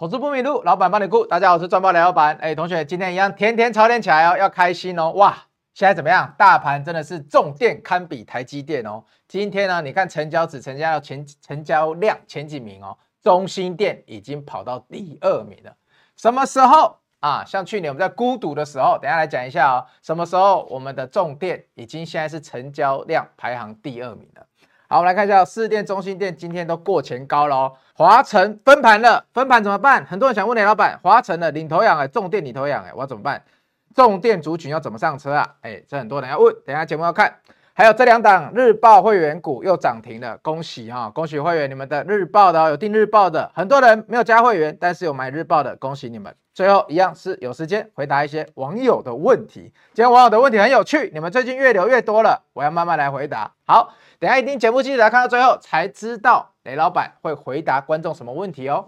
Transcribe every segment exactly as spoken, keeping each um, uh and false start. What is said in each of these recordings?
投资不迷路，老板帮你顾。大家好，我是赚爆雷老板。哎，同学，今天一样天天操练起来哦，要开心哦。哇，现在怎么样？大盘真的是重电堪比台积电哦。今天呢，你看成交值、成交前成交量前几名哦，中兴电已经跑到第二名了。什么时候啊？像去年我们在孤独的时候，等一下来讲一下哦。什么时候我们的重电已经现在是成交量排行第二名了？好，我们来看一下市电、中兴电今天都过前高了哦。华城分盘了，分盘怎么办？很多人想问雷老板，华城的领头羊哎，重电领头羊哎，我要怎么办？重电族群要怎么上车啊？哎，这很多人要问，等一下节目要看。还有这两档日报会员股又涨停了，恭喜哈、哦！恭喜会员，你们的日报的、哦、有订日报的，很多人没有加会员，但是有买日报的，恭喜你们。最后一样是有时间回答一些网友的问题。今天网友的问题很有趣，你们最近越留越多了，我要慢慢来回答。好，等一下一定节目记得来看到最后，才知道雷老板会回答观众什么问题哦。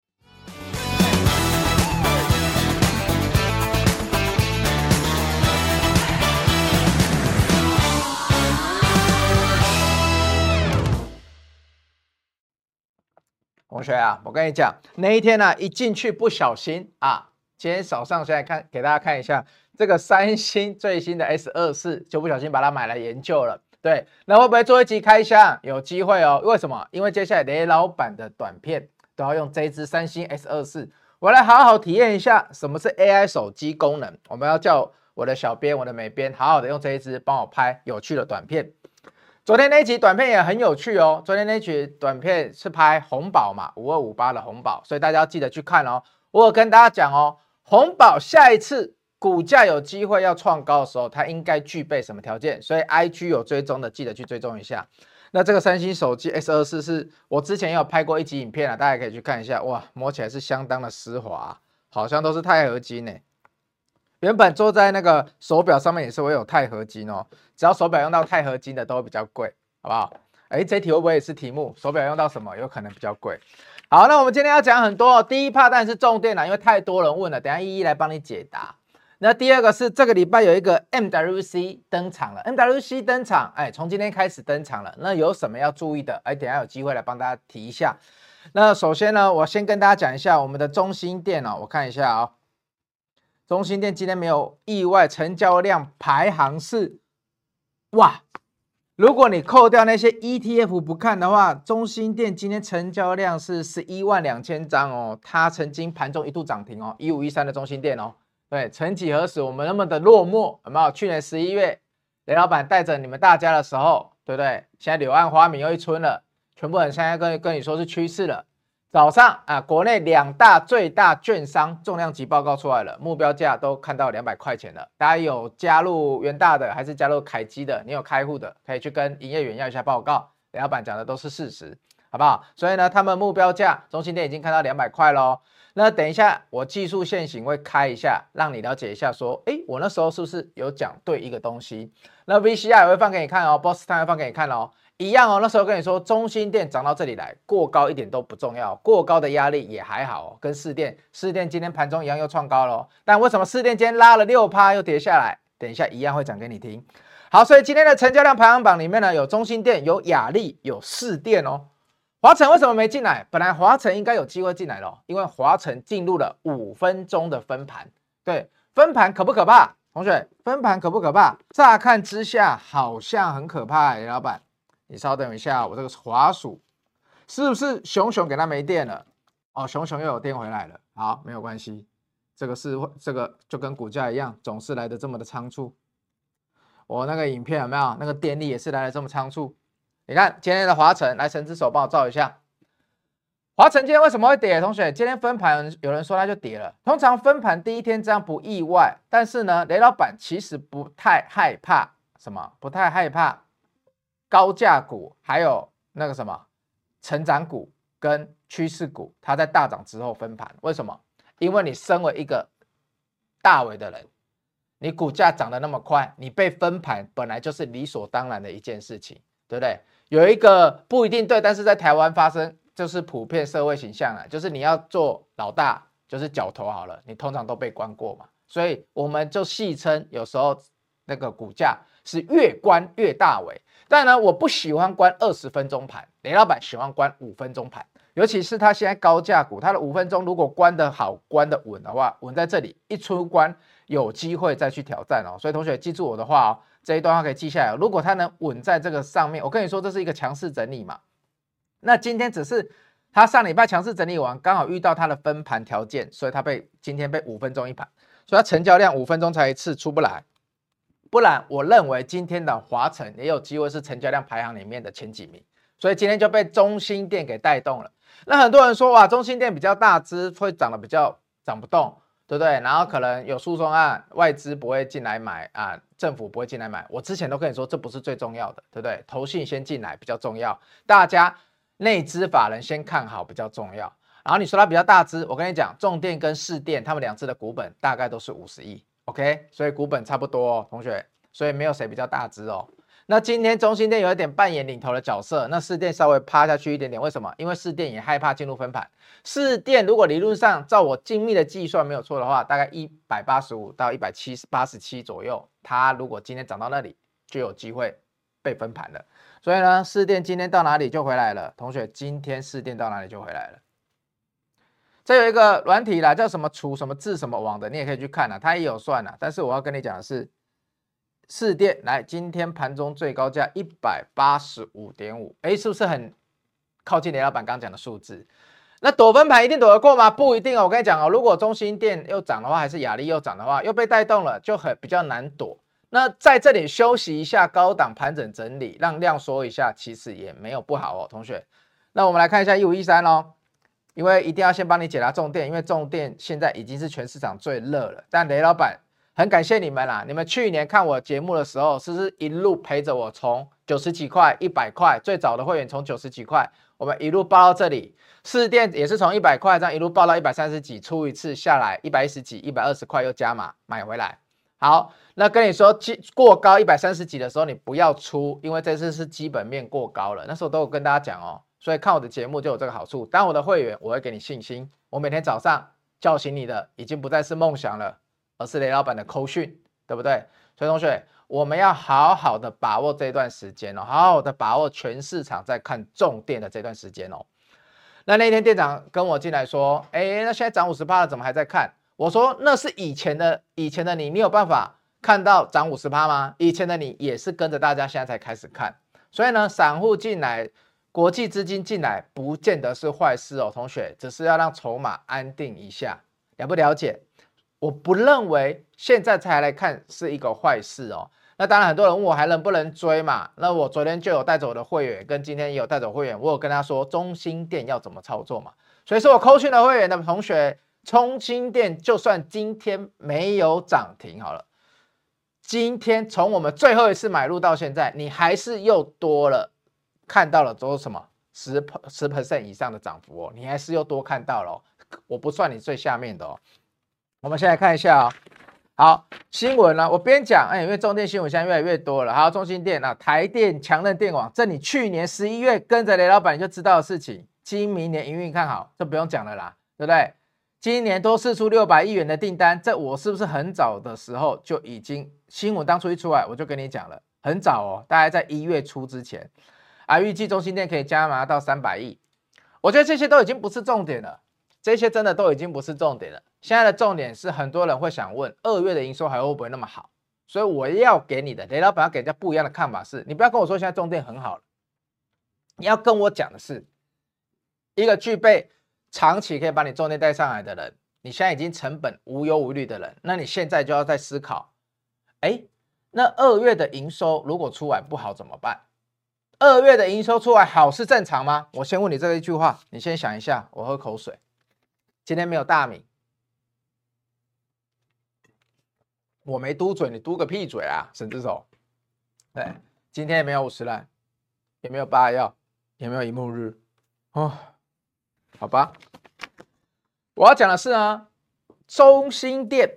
同学啊，我跟你讲，那一天呢、啊，一进去不小心啊，今天早上现在看给大家看一下这个三星最新的 S 二十四，就不小心把它买来研究了。对，那会不会做一集开箱？有机会哦。为什么？因为接下来雷老板的短片都要用这一支三星 S 二十四，我来好好体验一下什么是 A I 手机功能。我们要叫我的小编、我的美编，好好的用这一支帮我拍有趣的短片。昨天那一集短片也很有趣哦。昨天那一集短片是拍红宝嘛，五二五八的红宝，所以大家要记得去看哦。我有跟大家讲哦，红宝下一次股价有机会要创高的时候，它应该具备什么条件？所以 I G 有追踪的，记得去追踪一下。那这个三星手机 S 二十四是我之前也有拍过一集影片啊，大家可以去看一下。哇，摸起来是相当的丝滑、啊，好像都是钛合金呢。原本做在那个手表上面也是会有钛合金哦，只要手表用到钛合金的都会比较贵，好不好？哎，这题会不会也是题目？手表用到什么有可能比较贵？好，那我们今天要讲很多、哦，第一 part 当然是重点啦，因为太多人问了，等一下一一来帮你解答。那第二个是这个礼拜有一个 M W C 登场了 ，M W C 登场，哎，从今天开始登场了，那有什么要注意的？哎，等一下有机会来帮大家提一下。那首先呢，我先跟大家讲一下我们的中兴电哦，我看一下啊、哦。中兴电今天没有意外，成交量排行是，哇！如果你扣掉那些 E T F 不看的话，中兴电今天成交量是十一万两千张哦，它曾经盘中一度涨停哦，一五一三的中兴电哦，对，曾几何时我们那么的落寞，有没有？去年十一月，雷老板带着你们大家的时候，对不对？现在柳暗花明又一村了，全部人现在跟跟你说是趋势了。早上啊，国内两大最大券商重量级报告出来了，目标价都看到两百块钱了。大家有加入元大的还是加入凯基的？你有开户的，可以去跟营业员要一下报告。雷老板讲的都是事实，好不好？所以呢，他们目标价中兴电已经看到两百块咯。那等一下我技术线型会开一下，让你了解一下说，诶，我那时候是不是有讲对一个东西？那 V C R 也会放给你看哦 ，Boss Time 会放给你看哦。一样哦，那时候跟你说中兴电涨到这里来，过高一点都不重要，过高的压力也还好哦，跟士电，士电今天盘中一样又创高了、哦，但为什么士电今天拉了 百分之六 又跌下来？等一下一样会讲给你听。好，所以今天的成交量排行榜里面呢，有中兴电，有亚力，有士电哦。华城为什么没进来？本来华城应该有机会进来了、哦，因为华城进入了五分钟的分盘。对，分盘可不可怕？同学，分盘可不可怕？乍看之下好像很可怕、欸，老板。你稍等一下，我这个滑鼠是不是熊熊给它没电了？哦，熊熊又有电回来了。好，没有关系，这个是这个就跟股价一样，总是来的这么的仓促。我那个影片有没有？那个电力也是来的这么仓促。你看今天的华城，来神之手帮我照一下。华城今天为什么会跌？同学，今天分盘有人说它就跌了。通常分盘第一天这样不意外，但是呢，雷老板其实不太害怕什么？不太害怕。高价股还有那个什么成长股跟趋势股，它在大涨之后分盘，为什么？因为你身为一个大尾的人，你股价涨得那么快，你被分盘本来就是理所当然的一件事情，对不对？有一个不一定对，但是在台湾发生就是普遍社会形象啦，就是你要做老大，就是角头好了，你通常都被关过嘛，所以我们就戏称有时候那个股价是越关越大尾。但呢，我不喜欢关二十分钟盘，雷老板喜欢关五分钟盘。 尤其是它现在高价股，它的五分钟如果关得好、关得稳的话，稳在这里一出关，有机会再去挑战哦。所以同学记住我的话哦，这一段话可以记下来。如果它能稳在这个上面，我跟你说这是一个强势整理嘛。那今天只是它上礼拜强势整理完，刚好遇到它的分盘条件，所以它被今天被五分钟一盘，所以它成交量五分钟才一次出不来。不然我认为今天的华城也有机会是成交量排行里面的前几名，所以今天就被中兴电给带动了。那很多人说哇，中兴电比较大只，会涨得比较涨不动，对不对？然后可能有诉讼案，外资不会进来买啊，政府不会进来买。我之前都跟你说，这不是最重要的，对不对？投信先进来比较重要，大家内资法人先看好比较重要。然后你说它比较大只，我跟你讲，重电跟市电他们两只的股本大概都是五十亿 ，OK， 所以股本差不多哦，同学，所以没有谁比较大只哦。那今天中兴电有一点扮演领头的角色，那市电稍微趴下去一点点，为什么？因为市电也害怕进入分盘。市电如果理论上照我精密的计算没有错的话，大概一百八十五到一百八十七左右，它如果今天涨到那里，就有机会被分盘了。所以呢，市电今天到哪里就回来了？同学，今天市电到哪里就回来了？这有一个软体啦，叫什么储什么智什么网的，你也可以去看啦，它也有算啦。但是我要跟你讲的是。市电来，今天盘中最高价一百八十五点五，哎，是不是很靠近雷老板刚讲的数字？那躲分盘一定躲得过吗？不一定哦。我跟你讲哦，如果中兴电又涨的话，还是亚力又涨的话，又被带动了，就很比较难躲。那在这里休息一下，高档盘整整理，让量缩一下，其实也没有不好哦，同学。那我们来看一下一五一三哦，因为一定要先帮你解答重电，因为重电现在已经是全市场最热了，但雷老板。很感谢你们啦！你们去年看我节目的时候，是不是一路陪着我从九十几块、一百块，最早的会员从九十几块，我们一路报到这里。市电也是从一百块这样一路报到一百三十几，出一次下来一百一十几、一百二十块又加码买回来。好，那跟你说过高一百三十几的时候，你不要出，因为这次是基本面过高了。那时候都有跟大家讲哦，所以看我的节目就有这个好处。当我的会员，我会给你信心。我每天早上叫醒你的，已经不再是梦想了。而是雷老板的扣讯，对不对？所以同学，我们要好好的把握这段时间哦，好好的把握全市场在看重电的这段时间哦。那那天店长跟我进来说，哎，那现在涨 百分之五十 了，怎么还在看？我说那是以前的，以前的你，你有办法看到涨 百分之五十 吗？以前的你也是跟着大家现在才开始看，所以呢，散户进来，国际资金进来，不见得是坏事哦，同学，只是要让筹码安定一下，了不了解？我不认为现在才来看是一个坏事哦。那当然，很多人问我还能不能追嘛？那我昨天就有带走我的会员，跟今天也有带走会员，我有跟他说中兴电要怎么操作嘛。所以说我扣讯的会员的同学，中兴电就算今天没有涨停好了，今天从我们最后一次买入到现在，你还是又多了看到了都是什么十十 percent 以上的涨幅哦，你还是又多看到了、哦，我不算你最下面的哦。我们先来看一下哦，好，新闻呢，我边讲，哎，因为重电新闻现在越来越多了。好，中兴电啊，台电、强韧电网，这你去年十一月跟着雷老板你就知道的事情。今明年营运看好，这不用讲了啦，对不对？今年多释出六百亿元的订单，这我是不是很早的时候就已经新闻当初一出来，我就跟你讲了，很早哦，大概在一月初之前啊，预计中兴电可以加码到三百亿。我觉得这些都已经不是重点了。这些真的都已经不是重点了，现在的重点是很多人会想问，二月的营收还会不会那么好？所以我要给你的，雷老板要给人家不一样的看法是，你不要跟我说现在重电很好了，你要跟我讲的是，一个具备长期可以把你重电带上来的人，你现在已经成本无忧无虑的人，那你现在就要在思考，哎，那二月的营收如果出来不好怎么办？二月的营收出来好是正常吗？我先问你这一句话，你先想一下，我喝口水。今天没有大米，我没嘟嘴，你嘟个屁嘴啊，沈志手。对，今天也没有五十烂，也没有八药，也没有一幕日，哦，好吧。我要讲的是呢，中兴电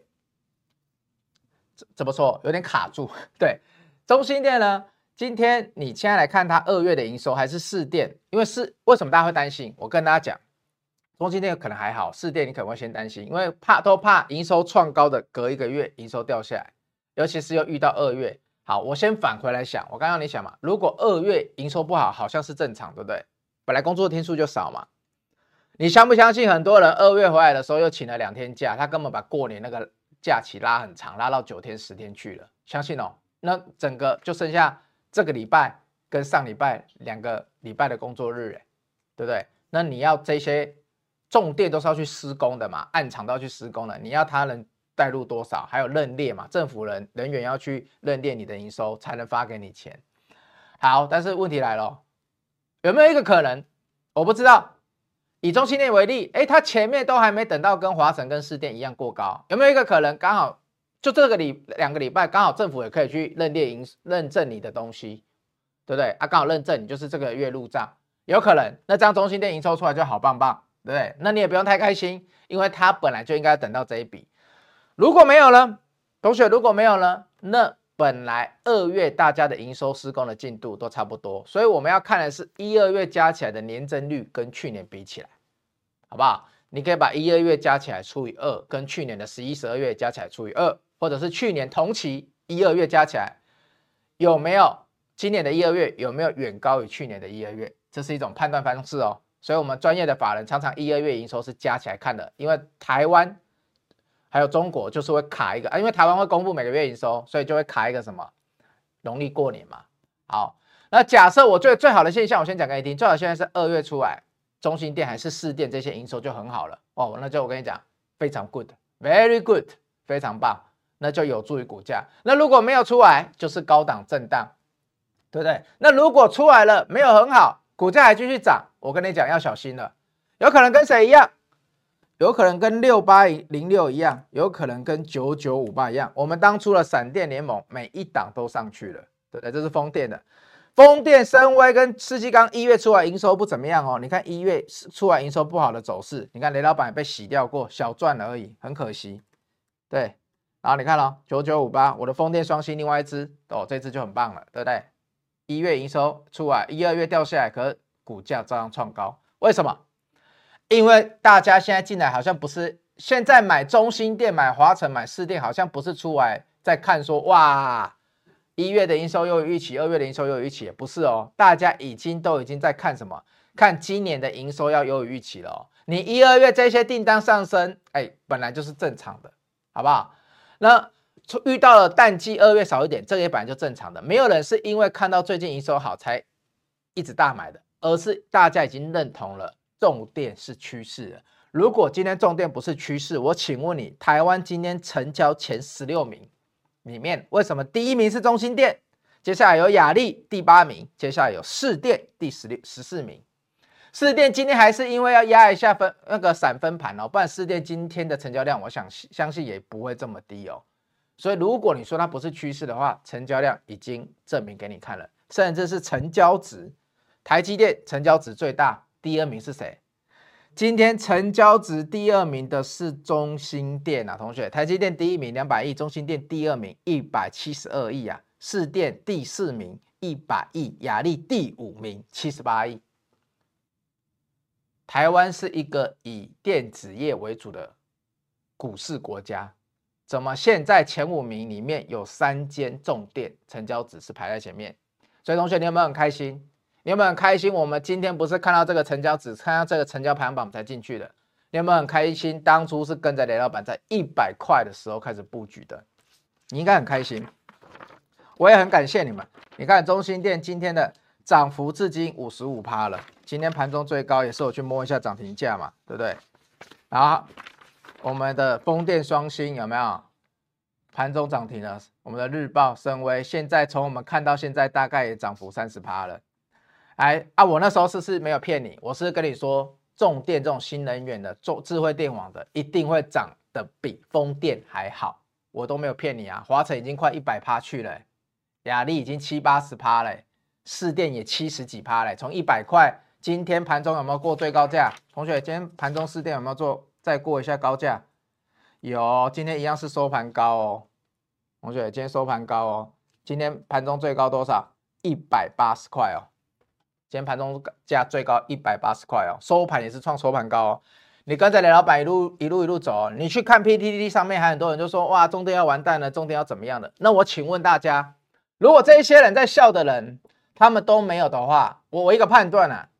怎么说？有点卡住。对，中兴电呢，今天你现在来看它二月的营收还是市电，因为是为什么大家会担心？我跟大家讲。中兴电可能还好，市电你可能会先担心，因为怕都怕营收创高的隔一个月营收掉下来，尤其是又遇到二月。好，我先返回来想，我刚刚你想嘛，如果二月营收不好，好像是正常，对不对？本来工作天数就少嘛。 你相不相信很多人二月回来的时候又请了两天假，他根本把过年那个假期拉很长，拉到九天十天去了。相信哦，那整个就剩下这个礼拜跟上礼拜两个礼拜的工作日，哎，对不对？那你要这些重电都是要去施工的嘛，暗场都要去施工的，你要他人带入多少？还有认列嘛，政府人人员要去认列你的营收才能发给你钱。好，但是问题来了，有没有一个可能？我不知道。以中兴电为例，哎，它前面都还没等到跟华城跟士电一样过高，有没有一个可能刚好就这个礼两个礼拜，刚好政府也可以去认列营认证你的东西，对不对？啊，刚好认证你就是这个月入账，有可能。那这样中兴电营收出来就好棒棒，对不对？那你也不用太开心，因为它本来就应该等到这一笔。如果没有呢，同学，如果没有呢，那本来二月大家的营收施工的进度都差不多，所以我们要看的是一二月加起来的年增率跟去年比起来，好不好？你可以把一二月加起来除以二，跟去年的十一、十二月加起来除以二，或者是去年同期一二月加起来有没有今年的一二月有没有远高于去年的一二月？这是一种判断方式哦。所以我们专业的法人常常一二月营收是加起来看的，因为台湾还有中国就是会卡一个啊，因为台湾会公布每个月营收，所以就会卡一个什么农历过年嘛。好，那假设我觉得最好的现象，我先讲给你听，最好的现象是二月出来，中兴电还是士电这些营收就很好了哦，那就我跟你讲，非常 good，very good， 非常棒，那就有助于股价。那如果没有出来，就是高档震荡，对不对？那如果出来了没有很好，股价还继续涨，我跟你讲要小心了，有可能跟谁一样？有可能跟六八零六一样，有可能跟九九五八一样。我们当初的闪电联盟每一档都上去了，对不对？这是风电的，风电、深威跟世纪钢一月出来营收不怎么样哦。你看一月出来营收不好的走势，你看雷老板也被洗掉过，小赚而已，很可惜。对，然后你看咯，九九五八，我的风电双星另外一支哦，这支就很棒了，对不对？一月营收出来，一二月掉下来，可是股价照样创高，为什么？因为大家现在进来好像不是现在买中兴电、买华城、买士电，好像不是出来在看说哇，一月的营收又有预期，二月的营收又有预期，不是哦，大家已经都已经在看什么？看今年的营收要有预期了哦。你一二月这些订单上升，哎，本来就是正常的，好不好？那遇到了淡季，二月少一点，这也本来就正常的，没有人是因为看到最近营收好才一直大买的，而是大家已经认同了。重电是趋势了。如果今天重电不是趋势，我请问你，台湾今天成交前十六名里面，为什么第一名是中兴电？接下来有亚力第八名，接下来有士电第十六十四名。士电今天还是因为要压一下分那个散分盘哦，不然士电今天的成交量，我想相信也不会这么低哦。所以如果你说它不是趋势的话，成交量已经证明给你看了，甚至是成交值，台积电成交值最大。第二名是谁？今天成交值第二名的是中兴电啊，同学，台积电第一名两百亿，中兴电第二名一百七十二亿啊，士电第四名一百亿，亚力第五名七十八亿。台湾是一个以电子业为主的股市国家，怎么现在前五名里面有三间重电成交值是排在前面？所以同学，你有没有很开心？你有没有很开心？我们今天不是看到这个成交值，看到这个成交排行榜才进去的。你有没有很开心？当初是跟着雷老板在一百块的时候开始布局的，你应该很开心。我也很感谢你们。你看中兴电今天的涨幅至今 百分之五十五 了，今天盘中最高也是我去摸一下涨停价嘛，对不对？然后我们的风电双星有没有盘中涨停了？我们的日报深威现在从我们看到现在大概也涨幅 百分之三十 了。哎啊！我那时候是是没有骗你，我是跟你说，重电这种新能源的、重智慧电网的，一定会涨得比风电还好，我都没有骗你啊。华城已经快一百趴去了，亚力已经七八十趴了，士电也七十几趴了。从一百块，今天盘中有没有过最高价？同学，今天盘中士电有没有做再过一下高价？有，今天一样是收盘高哦。同学，今天收盘高哦，今天盘中最高多少？一百八十块哦。今天盘中价最高一百八十块哦，收盘也是创收盘高哦。你跟着雷老板一路一路一路走哦，你去看 P T T 上面还很多人就说哇，中电要完蛋了，中电要怎么样的？那我请问大家，如果这一些人在笑的人，他们都没有的话，我我一个判断啊，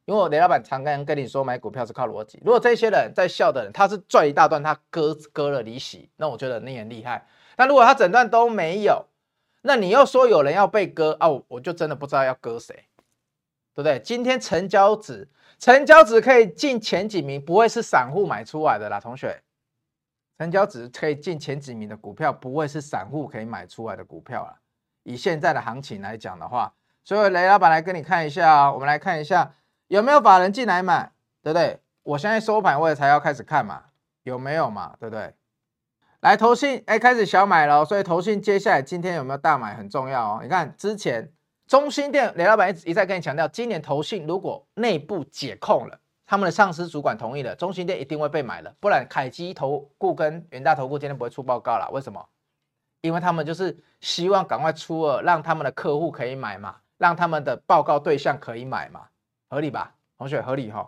因为我雷老板常跟跟你说，买股票是靠逻辑。如果这些人在笑的人，他是赚一大段，他割割了利息，那我觉得你很厉害。但如果他整段都没有，那你又说有人要被割啊，我我就真的不知道要割谁，对不对？今天成交值，成交值可以进前几名，不会是散户买出来的啦，同学。成交值可以进前几名的股票，不会是散户可以买出来的股票啦。以现在的行情来讲的话，所以雷老板来跟你看一下啊、哦，我们来看一下有没有法人进来买，对不对？我现在收盘我也才要开始看嘛，有没有嘛，对不对？来，投信哎开始小买了、哦，所以投信接下来今天有没有大买很重要哦。你看之前中兴电雷老板一直一再跟你强调，今年投信如果内部解控了。他们的上司主管同意了，中兴电一定会被买了，不然凯基投顾跟元大投顾今天不会出报告了。为什么？因为他们就是希望赶快出二，让他们的客户可以买嘛，让他们的报告对象可以买嘛，合理吧？同学合理哈、哦。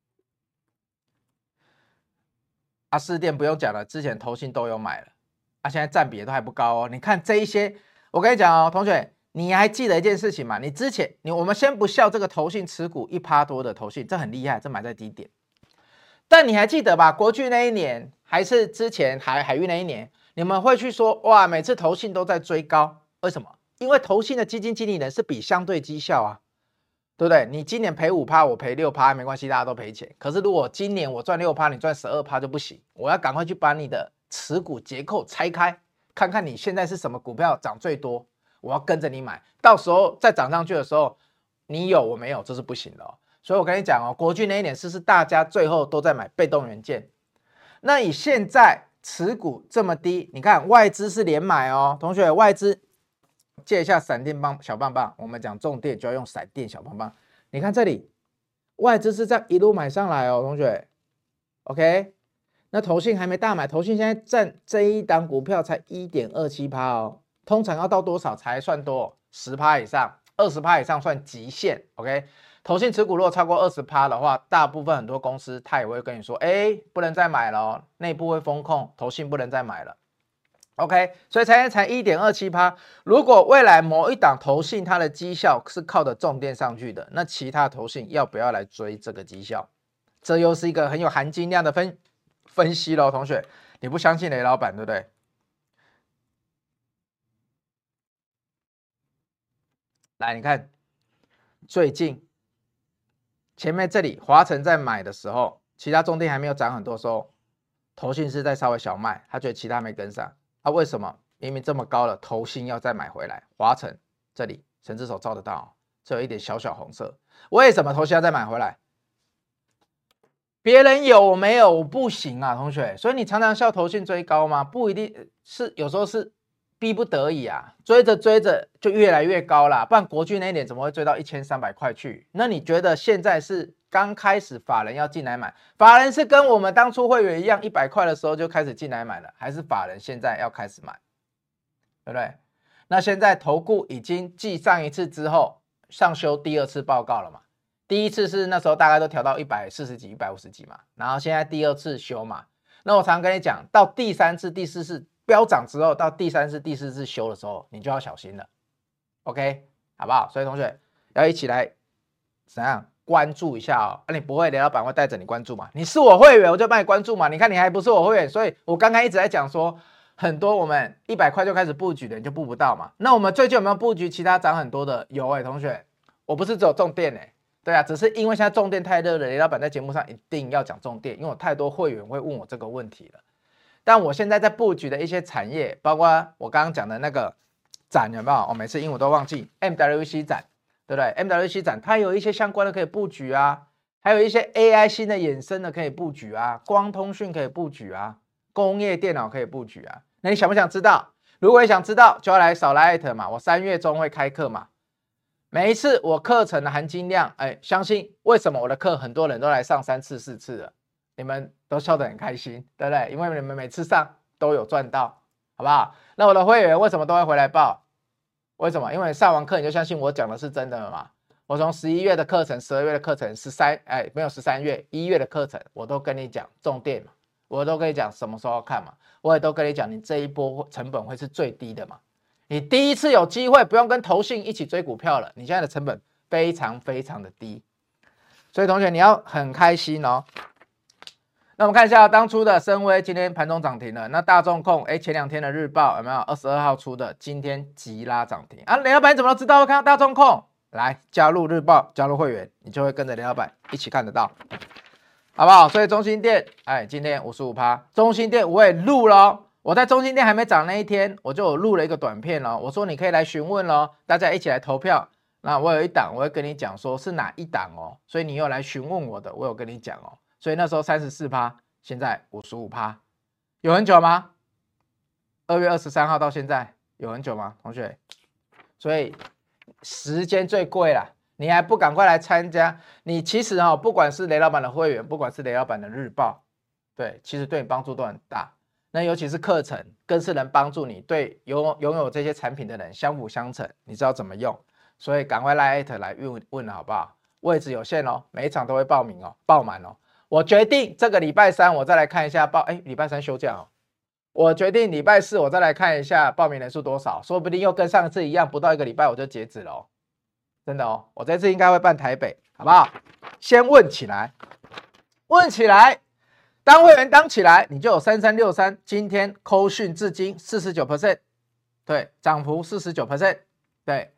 啊，士电不用讲了，之前投信都有买了，啊，现在占比都还不高哦。你看这一些，我跟你讲哦，同学。你还记得一件事情吗？你之前你我们先不笑这个投信持股一趴多的投信，这很厉害，这买在低点。但你还记得吧？国巨那一年还是之前海海域那一年，你们会去说哇，每次投信都在追高，为什么？因为投信的基金经理人是比相对绩效啊，对不对？你今年赔五趴，我赔六趴没关系，大家都赔钱。可是如果今年我赚六趴，你赚十二趴就不行，我要赶快去把你的持股结构拆开，看看你现在是什么股票涨最多。我要跟着你买，到时候再涨上去的时候，你有我没有，这是不行的哦。所以我跟你讲哦，国巨那一年是是大家最后都在买被动元件。那以现在持股这么低，你看外资是连买哦，同学外资借一下闪电棒小棒棒，我们讲重电就要用闪电小棒棒。你看这里外资是这样一路买上来哦，同学 ，OK。那投信还没大买，投信现在占这一档股票才 一点二七趴 哦。通常要到多少才算多？ 百分之十 以上 百分之二十 以上算极限 OK。 投信持股如果超过 百分之二十 的话，大部分很多公司他也会跟你说，哎，不能再买了哦，内部会风控，投信不能再买了 OK。 所以才才 一点二七趴。 如果未来某一档投信它的绩效是靠着重电上去的，那其他投信要不要来追这个绩效？这又是一个很有含金量的分分析咯，同学，你不相信雷老板对不对？来，你看最近前面这里华晨在买的时候，其他重电还没有涨很多的时候，投信是在稍微小卖，他觉得其他没跟上啊？为什么？明明这么高了，投信要再买回来。华晨这里神之手照得到，这有一点小小红色，为什么投信要再买回来？别人有我没有，我不行啊，同学。所以你常常笑投信追高吗？不一定是，有时候是逼不得已啊，追着追着就越来越高啦，不然国巨那一年怎么会追到一千三百块去？那你觉得现在是刚开始法人要进来买，法人是跟我们当初会员一样一百块的时候就开始进来买了，还是法人现在要开始买？对不对？那现在投顾已经继上一次之后上修第二次报告了嘛？第一次是那时候大概都调到一百四十几、一百五十几嘛，然后现在第二次修嘛。那我常跟你讲，到第三次、第四次飙涨之后，到第三次、第四次修的时候，你就要小心了 ，OK， 好不好？所以同学要一起来怎样关注一下哦？那、啊、你不会，雷老板会带着你关注嘛？你是我会员，我就帮你关注嘛。你看你还不是我会员，所以我刚刚一直在讲说，很多我们一百块就开始布局的人就布不到嘛。那我们最近有没有布局其他涨很多的？有哎、欸，同学，我不是只有重电哎、欸。对啊，只是因为现在重电太热了，雷老板在节目上一定要讲重电，因为有太多会员会问我这个问题了。但我现在在布局的一些产业，包括我刚刚讲的那个展，有没有？我每次英文都忘记 M W C 展，对不对 ？M W C 展它有一些相关的可以布局啊，还有一些 A I 新的衍生的可以布局啊，光通讯可以布局啊，工业电脑可以布局啊。那你想不想知道？如果你想知道，就要来扫 Light 嘛，我三月中会开课嘛。每一次我课程的含金量，哎，相信为什么我的课很多人都来上三次四次了，你们都笑得很开心，对不对？因为你们每次上都有赚到，好不好？那我的会员为什么都会回来报？为什么？因为上完课你就相信我讲的是真的了嘛。我从十一月的课程、十二月的课程、十三哎没有十三月一月的课程，我都跟你讲重点嘛，我都跟你讲什么时候要看嘛，我也都跟你讲你这一波成本会是最低的嘛。你第一次有机会不用跟投信一起追股票了，你现在的成本非常非常的低， 所以同学你要很开心哦。那我们看一下当初的深威，今天盘中涨停了。那大众控，哎，前两天的日报有没有？二十二号出的，今天急拉涨停啊！雷老板你怎么都知道会看到大众控？来加入日报，加入会员，你就会跟着雷老板一起看得到，好不好？所以中兴电，哎，今天 百分之五十五， 中兴电我也录了。我在中兴电还没涨那一天，我就有录了一个短片了。我说你可以来询问咯，大家一起来投票。那我有一档，我会跟你讲说是哪一档哦，所以你有来询问我的，我有跟你讲哦。所以那时候 百分之三十四， 现在 百分之五十五， 有很久吗？二月二十三号到现在有很久吗？同学，所以时间最贵啦，你还不赶快来参加？你其实哈、哦，不管是雷老板的会员，不管是雷老板的日报，对，其实对你帮助都很大。那尤其是课程，更是能帮助你对拥拥有这些产品的人相辅相成，你知道怎么用，所以赶快来@来问问好不好？位置有限哦，每一场都会报名哦，爆满哦。我决定这个礼拜三我再来看一下报，哎，礼拜三休假哦。我决定礼拜四我再来看一下报名人数多少，说不定又跟上次一样，不到一个礼拜我就截止了哦。真的哦，我这次应该会办台北，好不好？先问起来，问起来。当会员当起来，你就有三三六三，今天扣讯至今 百分之四十九， 对，涨幅 百分之四十九， 对，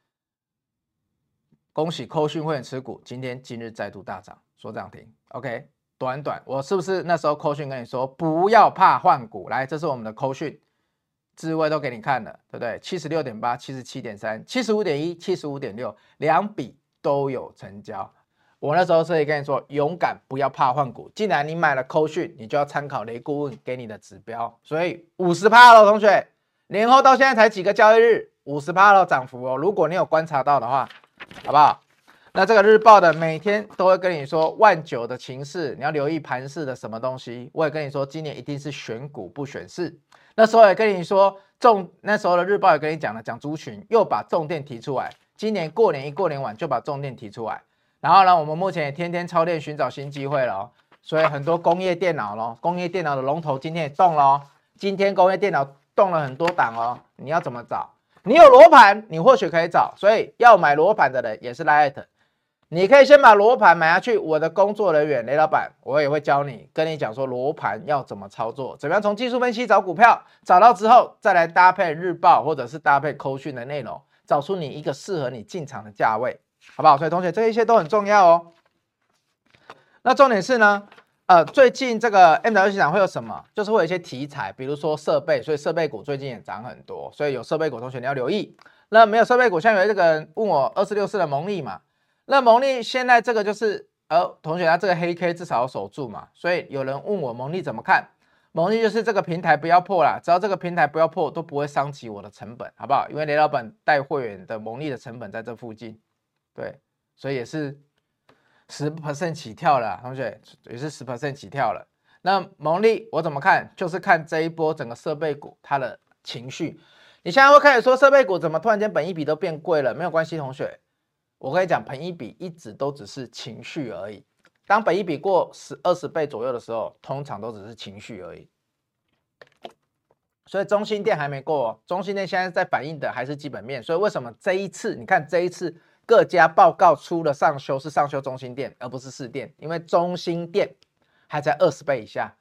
恭喜扣讯会员持股，今天今日再度大涨，说涨停 ，OK， 短短，我是不是那时候扣讯跟你说不要怕换股？来，这是我们的扣讯，智慧都给你看了，对不对？ 七十六点八， 七十七点三， 七十五点一， 七十五点六， 两笔都有成交。我那时候是跟你说，勇敢不要怕换股。既然你买了扣讯，你就要参考雷顾问给你的指标。所以 百分之五十 了，同学，年后到现在才几个交易日 ，百分之五十 了涨幅哦。如果你有观察到的话，好不好？那这个日报的每天都会跟你说万九的情势，你要留意盘势的什么东西。我也跟你说，今年一定是选股不选市。那时候也跟你说重，那时候的日报也跟你讲了，讲族群又把重点提出来。今年过年一过年晚就把重点提出来。然后呢，我们目前也天天操练寻找新机会了、哦，所以很多工业电脑咯，工业电脑的龙头今天也动了、哦，今天工业电脑动了很多档哦，你要怎么找？你有罗盘，你或许可以找，所以要买罗盘的人也是来@，你可以先把罗盘买下去，我的工作人员雷老板我也会教你，跟你讲说罗盘要怎么操作，怎么样从技术分析找股票，找到之后再来搭配日报或者是搭配扣讯的内容，找出你一个适合你进场的价位。好不好？所以同学，这一些都很重要哦。那重点是呢，呃，最近这个 M W 市场会有什么？就是会有一些题材，比如说设备，所以设备股最近也涨很多，所以有设备股同学你要留意。那没有设备股，像有这个人问我二四六四的蒙利嘛，那蒙利现在这个就是，呃，同学他这个黑 K 至少要守住嘛，所以有人问我蒙利怎么看？蒙利就是这个平台不要破啦，只要这个平台不要破，都不会伤及我的成本，好不好？因为雷老板带会员的蒙利的成本在这附近。对，所以也是 百分之十 起跳了，同学也是 百分之十 起跳了。那蒙利我怎么看？就是看这一波整个设备股它的情绪。你现在会开始说设备股怎么突然间本益比都变贵了？没有关系，同学，我跟你讲，本益比一直都只是情绪而已。当本益比过十、二十倍左右的时候，通常都只是情绪而已。所以中兴电还没过哦，中兴电现在在反映的还是基本面。所以为什么这一次你看这一次各家报告出了上修是上修中兴电，而不是士电，因为中兴电还在二十倍以下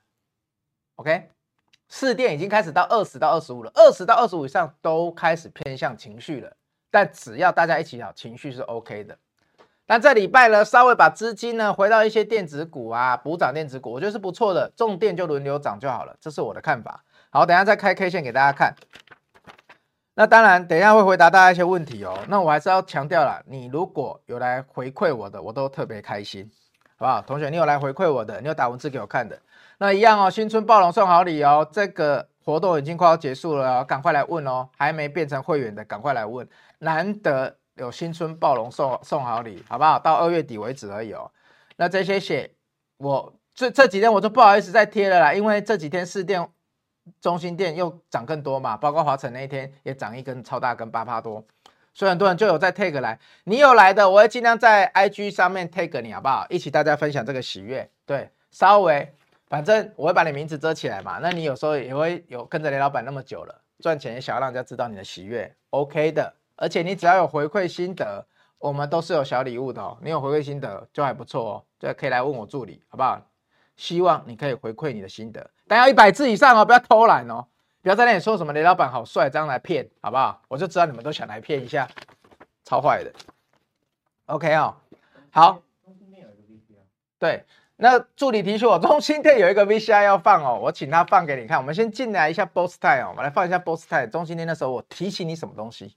，OK， 士电已经开始到二十到二十五了，二十到二十五以上都开始偏向情绪了。但只要大家一起好，情绪是 OK 的。但这礼拜呢，稍微把资金呢回到一些电子股啊，补涨电子股，我觉得是不错的，重电就轮流涨就好了，这是我的看法。好，等一下再开 K 线给大家看。那当然，等一下会回答大家一些问题哦。那我还是要强调啦，你如果有来回馈我的，我都特别开心，好不好？同学，你有来回馈我的，你有打文字给我看的，那一样哦。新春暴龙送好礼哦，这个活动已经快要结束了哦，赶快来问哦。还没变成会员的，赶快来问，难得有新春暴龙送送好礼，好不好？到二月底为止而已哦。那这些血，我这这几天我就不好意思再贴了啦，因为这几天市电。中兴电又涨更多嘛，包括华城那一天也涨一根超大根八趴多，所以很多人就有在 take 来，你有来的，我会尽量在 I G 上面 take 你，好不好？一起大家分享这个喜悦，对，稍微反正我会把你名字遮起来嘛，那你有时候也会有跟着雷老板那么久了，赚钱也想要让人家知道你的喜悦 ，OK 的，而且你只要有回馈心得， 我们都是有小礼物的哦。你有回馈心得就还不错哦，就可以来问我助理，好不好？希望你可以回馈你的心得，但要一百字以上哦，不要偷懒哦，不要在那里说什么雷老板好帅这样来骗，好不好？我就知道你们都想来骗一下，超坏的。OK 哦，好。对，那助理提醒我，中心店有一个 V C R 要放哦，我请他放给你看。我们先进来一下 Boss Time 哦，我们来放一下 Boss Time。中心店那时候我提醒你什么东西？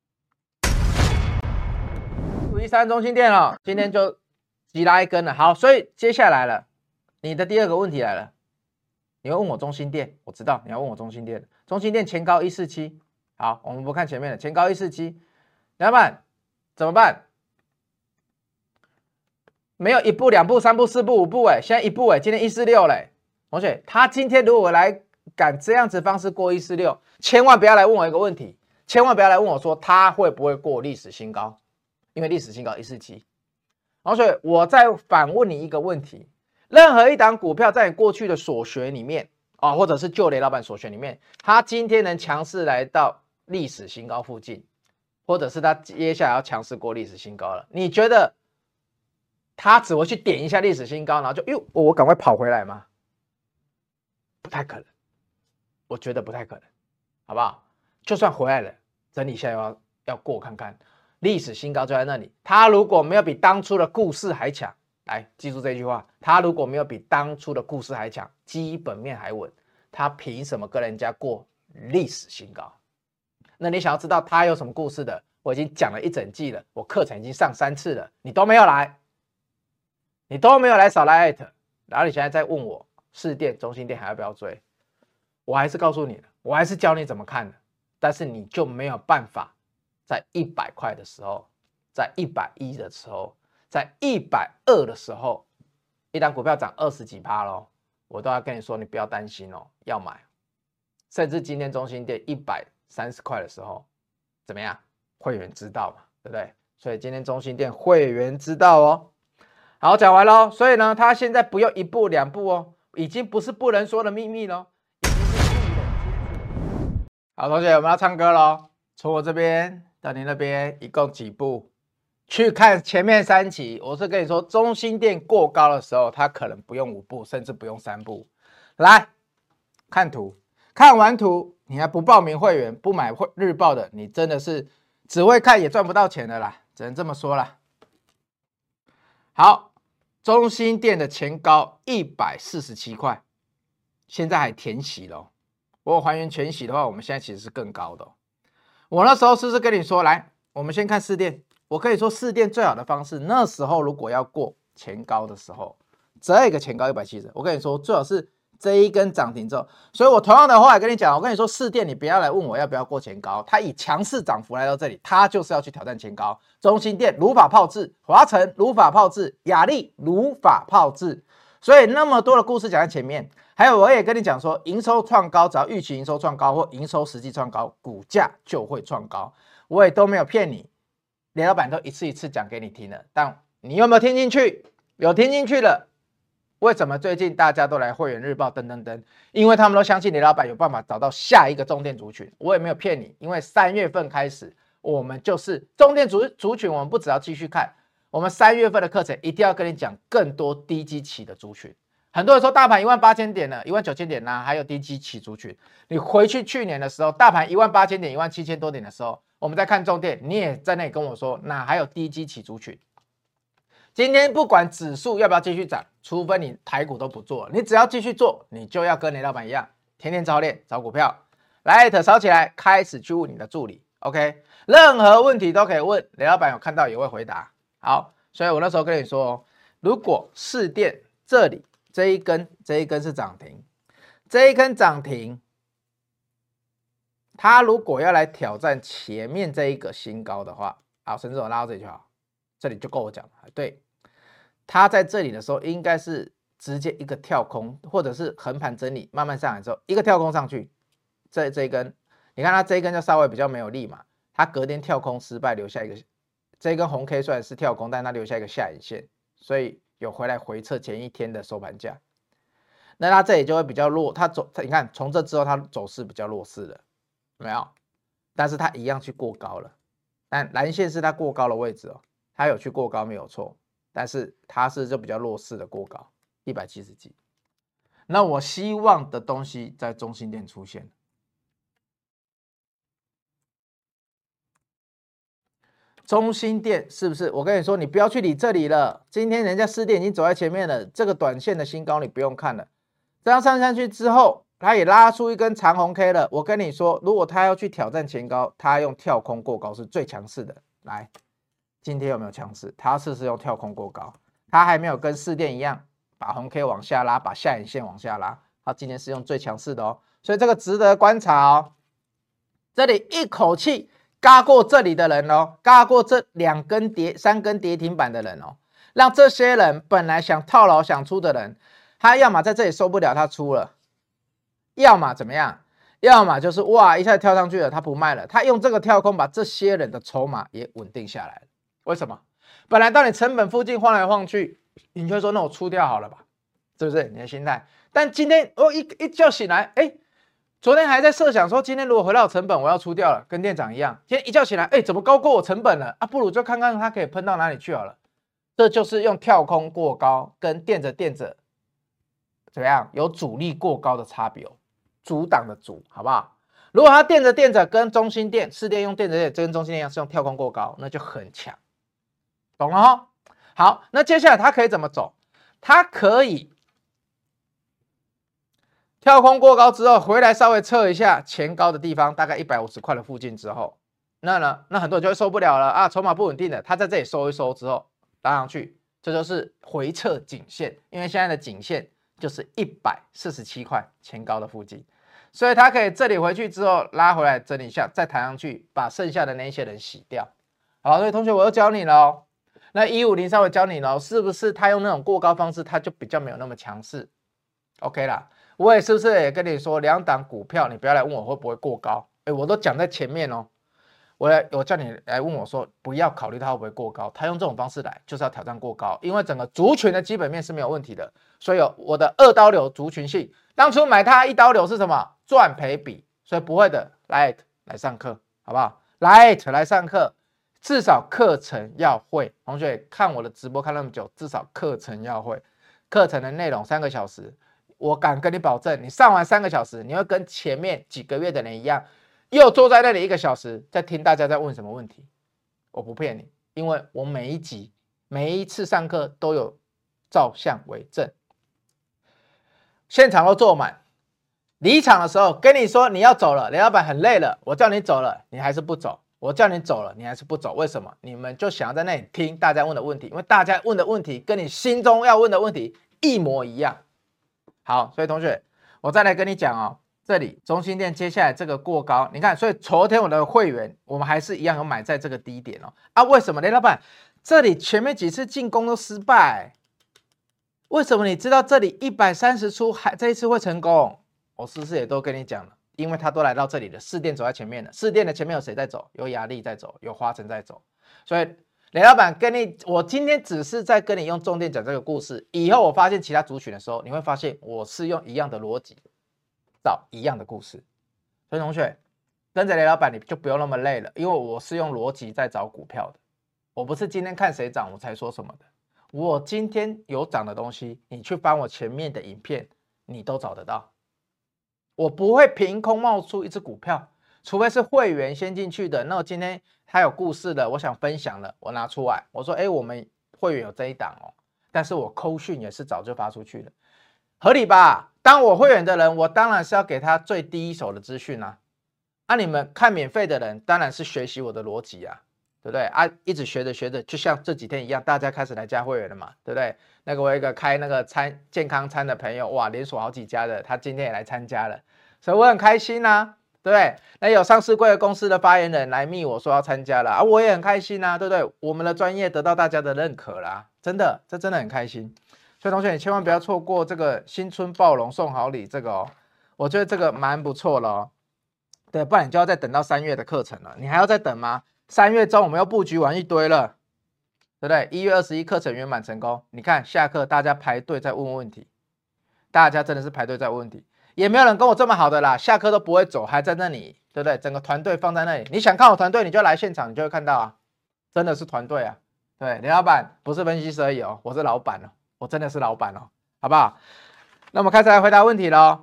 五一三中心店哦，今天就急拉一根了。好，所以接下来了，你的第二个问题来了，你会问我中心店，我知道你要问我中心店，中心店前高一四七，好，我们不看前面的，前高一四七，老板怎么办？没有一步、两步、三步、四步、五步，哎，现在一步，哎，今天一四六嘞，同学，他今天如果来敢这样子方式过一四六，千万不要来问我一个问题，千万不要来问我说他会不会过历史新高，因为历史新高一四七。同学，我再反问你一个问题：任何一档股票在你过去的所学里面啊、哦，或者是旧雷老板所学里面，他今天能强势来到历史新高附近，或者是他接下来要强势过历史新高了，你觉得？他只会去点一下历史新高，然后就哟，我赶快跑回来吗？不太可能，我觉得不太可能，好不好？就算回来了，整理一下要要过看看，历史新高就在那里。他如果没有比当初的故事还强，来记住这句话，他如果没有比当初的故事还强，基本面还稳，他凭什么跟人家过历史新高？那你想要知道他有什么故事的？我已经讲了一整季了，我课程已经上三次了，你都没有来。你都没有来扫来艾特，然后你现在在问我市电、中心电还要不要追？我还是告诉你了，我还是教你怎么看的，但是你就没有办法在一百块的时候，在一百一的时候，在一百二的时候，一档股票涨二十几趴咯，我都要跟你说，你不要担心哦，要买。甚至今天中心电一百三十块的时候，怎么样？会员知道嘛，对不对？所以今天中心电会员知道哦。好，讲完喽。所以呢，他现在不用一步两步哦，已经不是不能说的秘密喽，已经是不能接触。好，同学，我们要唱歌喽。从我这边到你那边一共几步？去看前面三期，我是跟你说，中心店过高的时候，它可能不用五步，甚至不用三步。来看图，看完图你还不报名会员，不买会日报的，你真的是只会看也赚不到钱的啦，只能这么说啦。好。中心店的前高一百四十七块，现在还填息了、哦。如果还原全息的话，我们现在其实是更高的、哦。我那时候是不是跟你说，来，我们先看市电。我可以说市电最好的方式，那时候如果要过前高的时候，这个前高一百七十，我跟你说最好是这一根涨停之后。所以我同样的话也跟你讲，我跟你说市电，你不要来问我要不要过前高，它以强势涨幅来到这里，它就是要去挑战前高。中心电如法炮制，华晨如法炮制，亚力如法炮制。所以那么多的故事讲在前面，还有我也跟你讲说，营收创高，只要预期营收创高或营收实际创高，股价就会创高。我也都没有骗你，连老板都一次一次讲给你听了，但你有没有听进去？有听进去了。为什么最近大家都来会员日报等等等？因为他们都相信李老板有办法找到下一个重电族群。我也没有骗你，因为三月份开始，我们就是重电族族群，我们不只要继续看，我们三月份的课程一定要跟你讲更多低基期的族群。很多人说大盘一万八千点了，一万九千点啦、啊，还有低基期族群。你回去去年的时候，大盘一万八千点、一万七千多点的时候，我们在看重电，你也在那里跟我说，哪还有低基期族群？今天不管指数要不要继续涨，除非你台股都不做，你只要继续做，你就要跟雷老板一样，天天操练找股票，来扫起来，开始去问你的助理 ，OK， 任何问题都可以问，雷老板有看到也会回答。好，所以我那时候跟你说，如果市电这里这一根这一根是涨停，这一根涨停，它如果要来挑战前面这一个新高的话，好，甚至我拉到这里就好，这里就够我讲了，对。它在这里的时候，应该是直接一个跳空，或者是横盘整理，慢慢上来之后，一个跳空上去，这这一根，你看它这一根就稍微比较没有力嘛，它隔天跳空失败，留下一个这一根红 K 虽然是跳空，但它留下一个下影线，所以有回来回测前一天的收盘价，那它这里就会比较弱，它走，你看从这之后它走势比较弱势了，有没有？但是它一样去过高了，但蓝线是它过高的位置哦。 它有去过高没有错，但是它是就比较弱势的过高，一百七十几。那我希望的东西在中心店出现。中心店是不是？我跟你说，你不要去理这里了。今天人家市电已经走在前面了，这个短线的新高你不用看了。这样上上去之后，它也拉出一根长红 K 了。我跟你说，如果它要去挑战前高，它用跳空过高是最强势的。来，今天有没有强势？它是是用跳空过高，它还没有跟市电一样把红 K 往下拉，把下影线往下拉。它今天是用最强势的哦，所以这个值得观察哦。这里一口气嘎过这里的人哦，嘎过这两根跌、三根跌停板的人哦，让这些人本来想套牢、想出的人，他要么在这里受不了，他出了；要么怎么样？要么就是哇，一下跳上去了，他不卖了，他用这个跳空把这些人的筹码也稳定下来了。为什么？本来到你成本附近晃来晃去，你就会说那我出掉好了吧，是不是你的心态？但今天我、哦、一一觉醒来，哎。昨天还在设想说，今天如果回到成本，我要出掉了，跟店长一样。今天一觉起来，哎，怎么高过我成本了啊？不如就看看它可以喷到哪里去好了。这就是用跳空过高跟垫着垫着怎么样有阻力过高的差别哦，阻挡的阻，好不好？如果它垫着垫着跟中心店、市电用垫着垫着跟中心店一样是用跳空过高，那就很强，懂了哈？好，那接下来它可以怎么走？它可以。跳空过高之后，回来稍微测一下前高的地方，大概一百五十块的附近之后，那呢，那很多人就会受不了了啊，筹码不稳定的，他在这里收一收之后拉上去，这就是回撤颈线，因为现在的颈线就是一百四十七块前高的附近，所以他可以这里回去之后拉回来整理一下，再弹上去，把剩下的那些人洗掉。好，所以同学我又教你了哦，那一五零稍微教你了，是不是他用那种过高方式，他就比较没有那么强势 ？OK 啦。我也是不是也跟你说，两档股票你不要来问我会不会过高，哎，我都讲在前面哦。我我叫你来问我说，不要考虑它会不会过高，他用这种方式来就是要挑战过高，因为整个族群的基本面是没有问题的，所以我的二刀流族群性，当初买它一刀流是什么？赚赔比，所以不会的，来来上课好不好？来来上课，至少课程要会。同学看我的直播看那么久，至少课程要会，课程的内容三个小时。我敢跟你保证，你上完三个小时，你会跟前面几个月的人一样，又坐在那里一个小时，在听大家在问什么问题。我不骗你，因为我每一集、每一次上课都有照相为证，现场都坐满。离场的时候跟你说你要走了，雷老板很累了，我叫你走了，你还是不走；我叫你走了，你还是不走。为什么？你们就想要在那里听大家问的问题，因为大家问的问题跟你心中要问的问题一模一样。好，所以同学，我再来跟你讲哦，这里中心店接下来这个过高，你看，所以昨天我的会员，我们还是一样有买在这个低点哦。啊，为什么？雷老板，这里前面几次进攻都失败，为什么？你知道这里一百三十出，还这一次会成功？我是不是也都跟你讲了？因为他都来到这里了，市电走在前面了，市电的前面有谁在走？有雅力在走，有华晨在走，所以。雷老板跟你，我今天只是在跟你用重点讲这个故事。以后我发现其他族群的时候，你会发现我是用一样的逻辑找一样的故事。所以同学跟着雷老板，你就不用那么累了，因为我是用逻辑在找股票的。我不是今天看谁涨我才说什么的。我今天有涨的东西，你去翻我前面的影片，你都找得到。我不会凭空冒出一只股票，除非是会员先进去的。那我今天他有故事的，我想分享了，我拿出来，我说，哎，我们会员有这一档哦，但是我扣讯也是早就发出去了，合理吧？当我会员的人，我当然是要给他最第一手的资讯啊。啊，你们看免费的人，当然是学习我的逻辑啊，对不对啊？一直学着学着，就像这几天一样，大家开始来加会员了嘛，对不对？那个我有一个开那个餐健康餐的朋友，哇，连锁好几家的，他今天也来参加了，所以我很开心啊。对不对？那有上市柜的公司的发言人来密我说要参加了啊，我也很开心啊，对不对？我们的专业得到大家的认可啦，真的，这真的很开心。所以同学，你千万不要错过这个新春暴龙送好礼这个哦，我觉得这个蛮不错了哦。对，不然你就要再等到三月的课程了，你还要再等吗？三月中我们要布局完一堆了，对不对？一月二十一课程圆满成功，你看下课大家排队在问问题，大家真的是排队在问问题。也没有人跟我这么好的啦，下课都不会走，还在那里，对不对？整个团队放在那里，你想看我团队，你就来现场，你就会看到啊，真的是团队啊。 对，雷老板不是分析师而已哦，我是老板哦，我真的是老板哦，好不好？那我们开始来回答问题喽。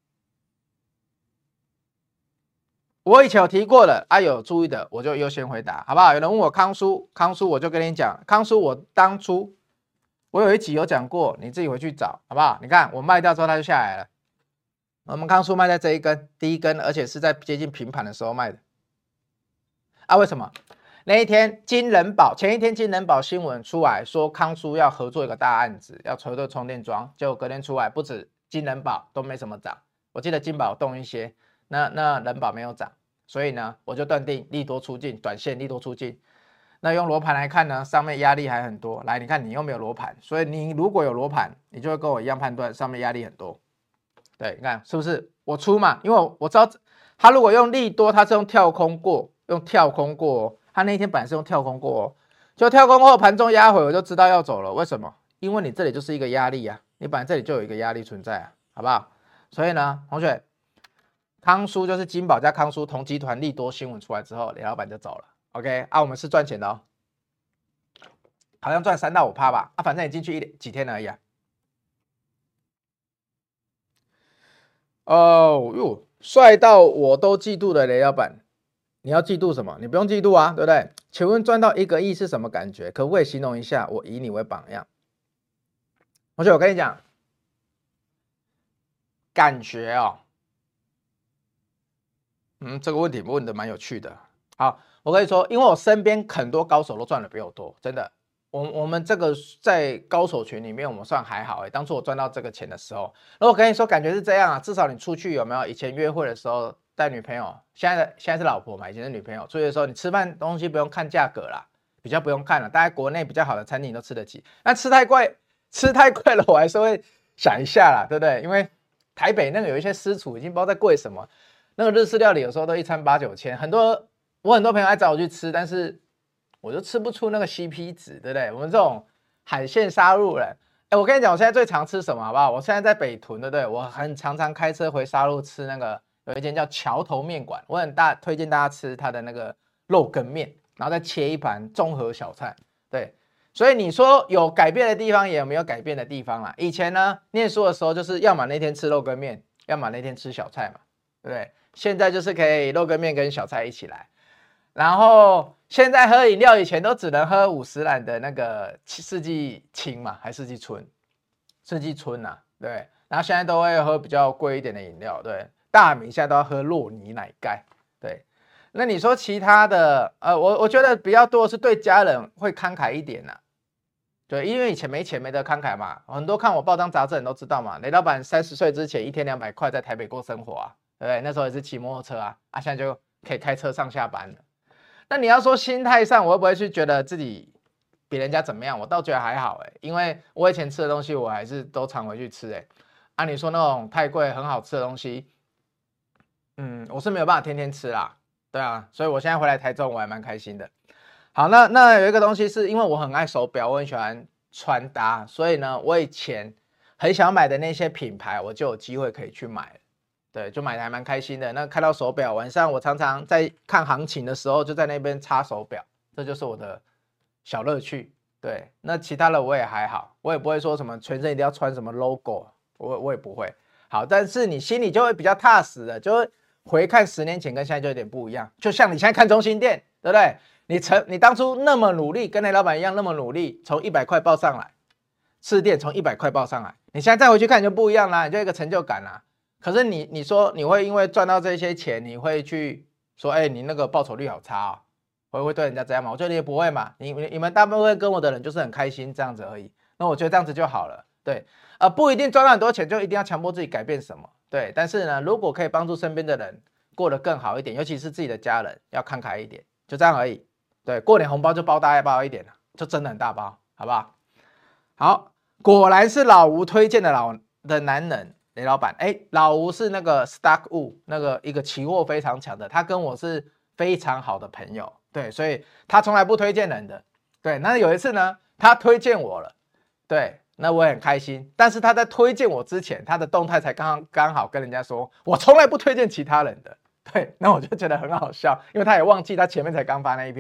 我以前有提过的啊，有注意的我就优先回答，好不好？有人问我康叔，康叔我就跟你讲，康叔我当初我有一集有讲过，你自己回去找，好不好？你看我卖掉之后它就下来了，我们康叔卖在这一根第一根，而且是在接近平盘的时候卖的啊，为什么？那一天金人保前一天金人保新闻出来说康叔要合作一个大案子，要合作充电桩，结果隔天出来不止金人保都没什么涨，我记得金保动一些，那那人保没有涨，所以呢我就断定利多出尽，短线利多出尽。那用罗盘来看呢，上面压力还很多。来，你看你又没有罗盘，所以你如果有罗盘，你就会跟我一样判断上面压力很多。对，你看是不是？我出嘛，因为我我知道他如果用利多，他是用跳空过，用跳空过、哦。他那一天本来是用跳空过、哦，就跳空后盘中压回，我就知道要走了。为什么？因为你这里就是一个压力啊，你本来这里就有一个压力存在啊，好不好？所以呢，同学，康舒就是金宝加康舒同集团利多新闻出来之后，雷老板就走了。OK 啊，我们是赚钱的哦，好像赚三到五趴吧。啊，反正你进去一几天而已啊。哦哟，帅到我都嫉妒的雷老板。你要嫉妒什么？你不用嫉妒啊，对不对？请问赚到一个亿是什么感觉？可不可以形容一下？我以你为榜样。同学，我跟你讲，感觉哦，嗯，这个问题问的蛮有趣的。好，我跟你说，因为我身边很多高手都赚的比我多，真的。我我们这个在高手群里面，我们算还好哎。当初我赚到这个钱的时候，那我跟你说，感觉是这样啊。至少你出去有没有以前约会的时候？带女朋友，现在的现在是老婆嘛，以前是女朋友。出去的时候，你吃饭东西不用看价格啦，比较不用看了。大概国内比较好的餐厅你都吃得起，那吃太贵，吃太贵了，我还是会想一下啦，对不对？因为台北那个有一些私厨已经不知道在贵什么，那个日式料理有时候都一餐八九千，很多我很多朋友爱找我去吃，但是我就吃不出那个 C P 值，对不对？我们这种海鲜杀戮人，哎，我跟你讲，我现在最常吃什么，好不好？我现在在北屯，对不对？我很常常开车回沙鹿吃那个。有一间叫桥头面馆，我很大推荐大家吃它的那个肉羹面，然后再切一盘综合小菜。对，所以你说有改变的地方，也有没有改变的地方啦？以前呢，念书的时候就是要么那天吃肉羹面，要么那天吃小菜嘛，对不对？现在就是可以肉羹面跟小菜一起来。然后现在喝饮料，以前都只能喝五十兰的那个四季青嘛，还是四季春？四季春啊，对。然后现在都会喝比较贵一点的饮料，对。大米现在都要喝洛尼奶盖，对。那你说其他的，呃，我我觉得比较多的是对家人会慷慨一点呐、啊，对，因为以前没钱没得慷慨嘛。很多看我报章杂志人都知道嘛，雷老板三十岁之前一天两百块在台北过生活啊，对不对？那时候也是骑摩托车啊，啊，现在就可以开车上下班了。那你要说心态上，我会不会去觉得自己比人家怎么样？我倒觉得还好哎、欸，因为我以前吃的东西我还是都常回去吃哎、欸。啊，你说那种太贵很好吃的东西。嗯，我是没有办法天天吃啦，对啊，所以我现在回来台中，我还蛮开心的。好，那那有一个东西是因为我很爱手表，我很喜欢穿搭，所以呢，我以前很想买的那些品牌，我就有机会可以去买，对，就买的还蛮开心的。那看到手表，晚上我常常在看行情的时候，就在那边插手表，这就是我的小乐趣。对，那其他的我也还好，我也不会说什么全身一定要穿什么 logo， 我我也不会。好，但是你心里就会比较踏实的，就会。回看十年前跟现在就有点不一样，就像你现在看中心店，对不对？你成你当初那么努力，跟雷老板一样那么努力，从一百块报上来，次店从一百块报上来，你现在再回去看就不一样啦，你就有一个成就感啦。可是你你说你会因为赚到这些钱，你会去说，哎、欸，你那个报酬率好差啊、哦，会会对人家这样吗？我觉得也不会嘛，你你们大部分跟我的人就是很开心这样子而已，那我觉得这样子就好了，对，呃，不一定赚到很多钱就一定要强迫自己改变什么。对，但是呢，如果可以帮助身边的人过得更好一点，尤其是自己的家人，要慷慨一点，就这样而已。对，过年红包就包大一包一点了，就真的很大包，好不好？好，果然是老吴推荐的老的男人，雷老板。哎，老吴是那个 Stockwood 那个一个期货非常强的，他跟我是非常好的朋友，对，所以他从来不推荐人的。对，那有一次呢，他推荐我了，对。那我也很开心，但是他在推荐我之前，他的动态才刚刚好跟人家说，我从来不推荐其他人的。对，那我就觉得很好笑，因为他也忘记他前面才刚发那一篇，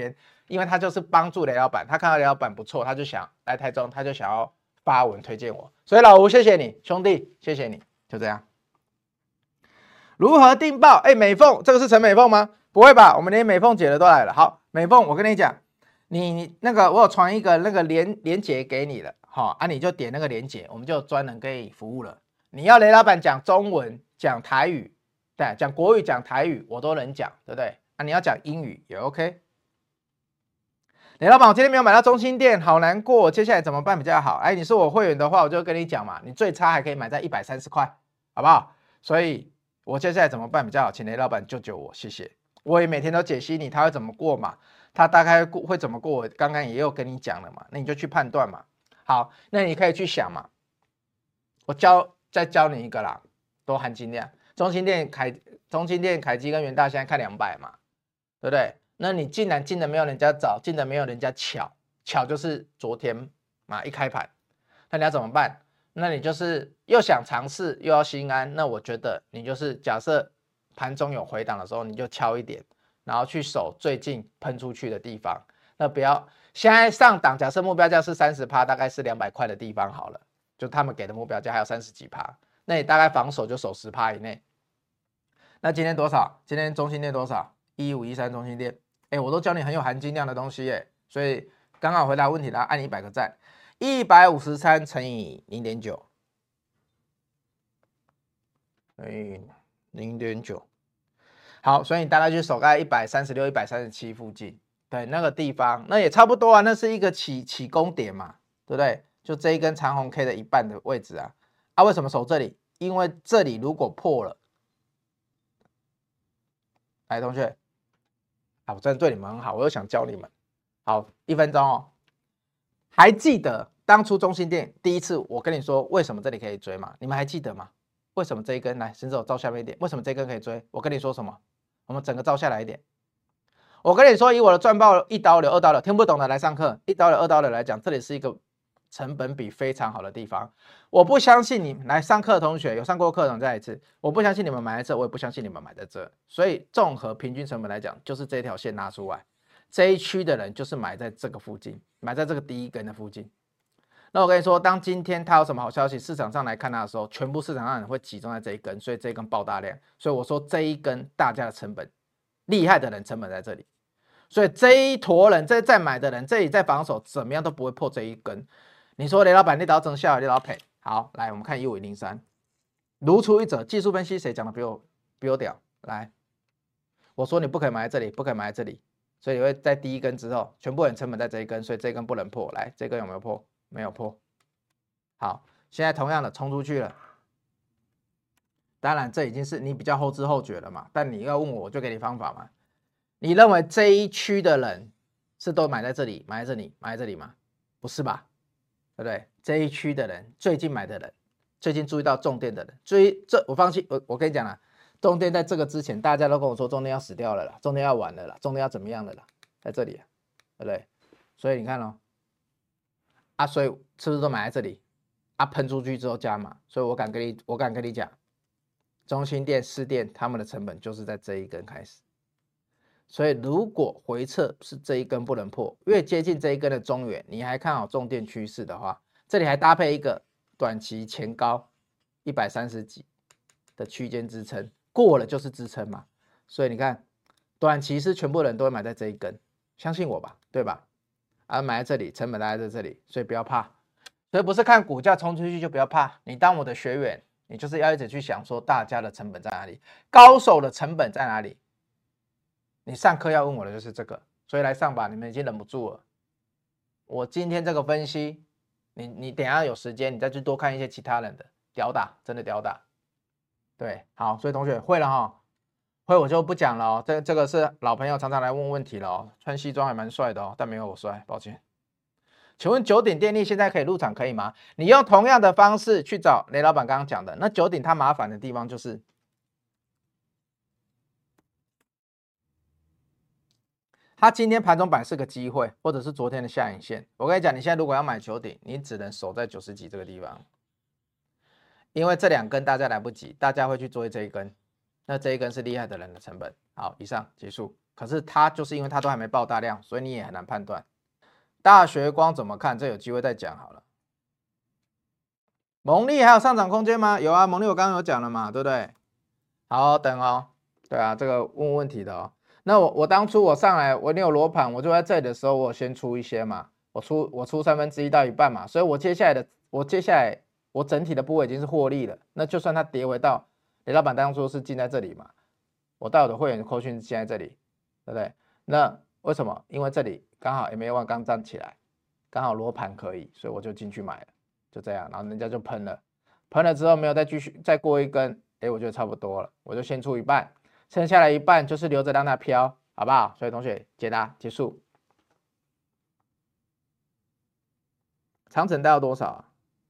因为他就是帮助雷老板，他看到雷老板不错，他就想来台中，他就想要发文推荐我。所以老吴，谢谢你，兄弟，谢谢你，就这样。如何订报？哎，美凤，这个是陈美凤吗？不会吧，我们连美凤姐的都来了。好，美凤，我跟你讲，你你那个我有传一个那个连连结给你了，好啊，你就点那个连结，我们就专人给你服务了。你要雷老板讲中文、讲台语，对，讲国语、讲台语，我都能讲，对不对？啊，你要讲英语也 OK。雷老板，我今天没有买到中兴电，好难过，接下来怎么办比较好？哎，你是我会员的话，我就跟你讲嘛，你最差还可以买在一百三十块，好不好？所以。我接下来怎么办比较好？请雷老板救救我，谢谢。我也每天都解析你，他会怎么过嘛？他大概会怎么过？我刚刚也有跟你讲了嘛，那你就去判断嘛。好，那你可以去想嘛。我教再教你一个啦，都含金量。中兴电、凯、中兴电、凯基跟元大现在看两百嘛，对不对？那你竟然进的没有人家早，进的没有人家巧，巧就是昨天嘛一开盘，那你要怎么办？那你就是又想尝试又要心安，那我觉得你就是假设盘中有回档的时候，你就敲一点，然后去守最近喷出去的地方。那不要现在上档，假设目标价是 百分之三十， 大概是两百块的地方好了，就他们给的目标价还有三十几趴，那你大概防守就守 百分之十 以内。那今天多少？今天中兴电多少？一五一三中兴电，哎，我都教你很有含金量的东西耶，所以刚好回答问题啦，按你一百个赞。一百五十三乘以 零点九， 乘以 零点九， 好，所以你大概就守在一百三十六、一百三十七附近，对，那个地方，那也差不多啊，那是一个起起攻点嘛，对不对？就这一根长红 K 的一半的位置啊，啊，为什么守这里？因为这里如果破了，来，同学，啊，我真的对你们很好，我又想教你们，好，一分钟哦。还记得当初中兴电第一次我跟你说为什么这里可以追吗？你们还记得吗？为什么这一根来，甚至我照下面一点，为什么这一根可以追？我跟你说什么？我们整个照下来一点。我跟你说，以我的赚爆一刀流、二刀流，听不懂的来上课，一刀流、二刀流来讲，这里是一个成本比非常好的地方。我不相信你来上课的同学有上过课程，再一次，我不相信你们买在这，我也不相信你们买在这。所以综合平均成本来讲，就是这条线拉出来。这一区的人就是买在这个附近，买在这个第一根的附近。那我跟你说，当今天它有什么好消息，市场上来看它的时候，全部市场上人会集中在这一根，所以这一根爆大量。所以我说这一根大家的成本，厉害的人成本在这里。所以这一坨人，这再买的人，这里在防守，怎么样都不会破这一根。你说雷老板，你得要增效，你得要赔。好，来我们看一五零三，如出一辙。技术分析谁讲的比我比我屌？来，我说你不可以买在这里，不可以买在这里。所以你会在第一根之后，全部人成本在这一根，所以这一根不能破。来，这根有没有破？没有破。好，现在同样的冲出去了。当然，这已经是你比较后知后觉了嘛。但你要问我，我就给你方法嘛。你认为这一区的人是都买在这里、买在这里、买在这里吗？不是吧？对不对？这一区的人，最近买的人，最近注意到重电的人，追这我放心，我我跟你讲啦。重电在这个之前，大家都跟我说重电要死掉了啦，重电要完了啦，重电要怎么样的啦，在这里、啊，对不对？所以你看哦，啊，所以是不是都买在这里？啊，喷出去之后加码，所以我敢跟你，我敢跟你讲，中兴电、士电他们的成本就是在这一根开始。所以如果回撤是这一根不能破，越接近这一根的中原，你还看好重电趋势的话，这里还搭配一个短期前高一百三十几的区间支撑。过了就是支撑嘛，所以你看，短期是全部人都会买在这一根，相信我吧，对吧？啊，买在这里，成本大概在这里，所以不要怕。所以不是看股价冲出去就不要怕，你当我的学员，你就是要一直去想说大家的成本在哪里，高手的成本在哪里。你上课要问我的就是这个，所以来上吧，你们已经忍不住了。我今天这个分析，你你等一下有时间，你再去多看一些其他人的，屌打，真的屌打。对，好，所以同学会了哈，会我就不讲了哦。这这个是老朋友常常来问问题了哦，穿西装还蛮帅的哦，但没有我帅，抱歉。请问九鼎电力现在可以入场可以吗？你用同样的方式去找雷老板刚刚讲的，那九鼎它麻烦的地方就是，它今天盘中板是个机会，或者是昨天的下影线。我跟你讲，你现在如果要买九鼎，你只能守在九十几这个地方。因为这两根大家来不及，大家会去追这一根，那这一根是厉害的人的成本。好，以上结束。 可是它就是因为它都还没爆大量，所以你也很难判断。大学光怎么看？这有机会再讲好了。蒙利还有上涨空间吗？有啊，蒙利我刚刚有讲了嘛，对不对？好，等哦。对啊，这个问问题的哦。那我我当初我上来，我你有罗盘，我就在这里的时候，我先出一些嘛，我出我出三分之一到一半嘛，所以我接下来的我接下来我整体的部位已经是获利了。那就算它跌回到雷老板当初是进在这里嘛，我带我的会员扣讯是进在这里，对不对？那为什么？因为这里刚好 M A 一 刚站起来，刚好罗盘可以，所以我就进去买了，就这样，然后人家就喷了，喷了之后没有再继续再过一根，哎，我觉得差不多了，我就先出一半。剩下来一半就是留着让它飘，好不好？所以同学解答结束。长城大要多少啊？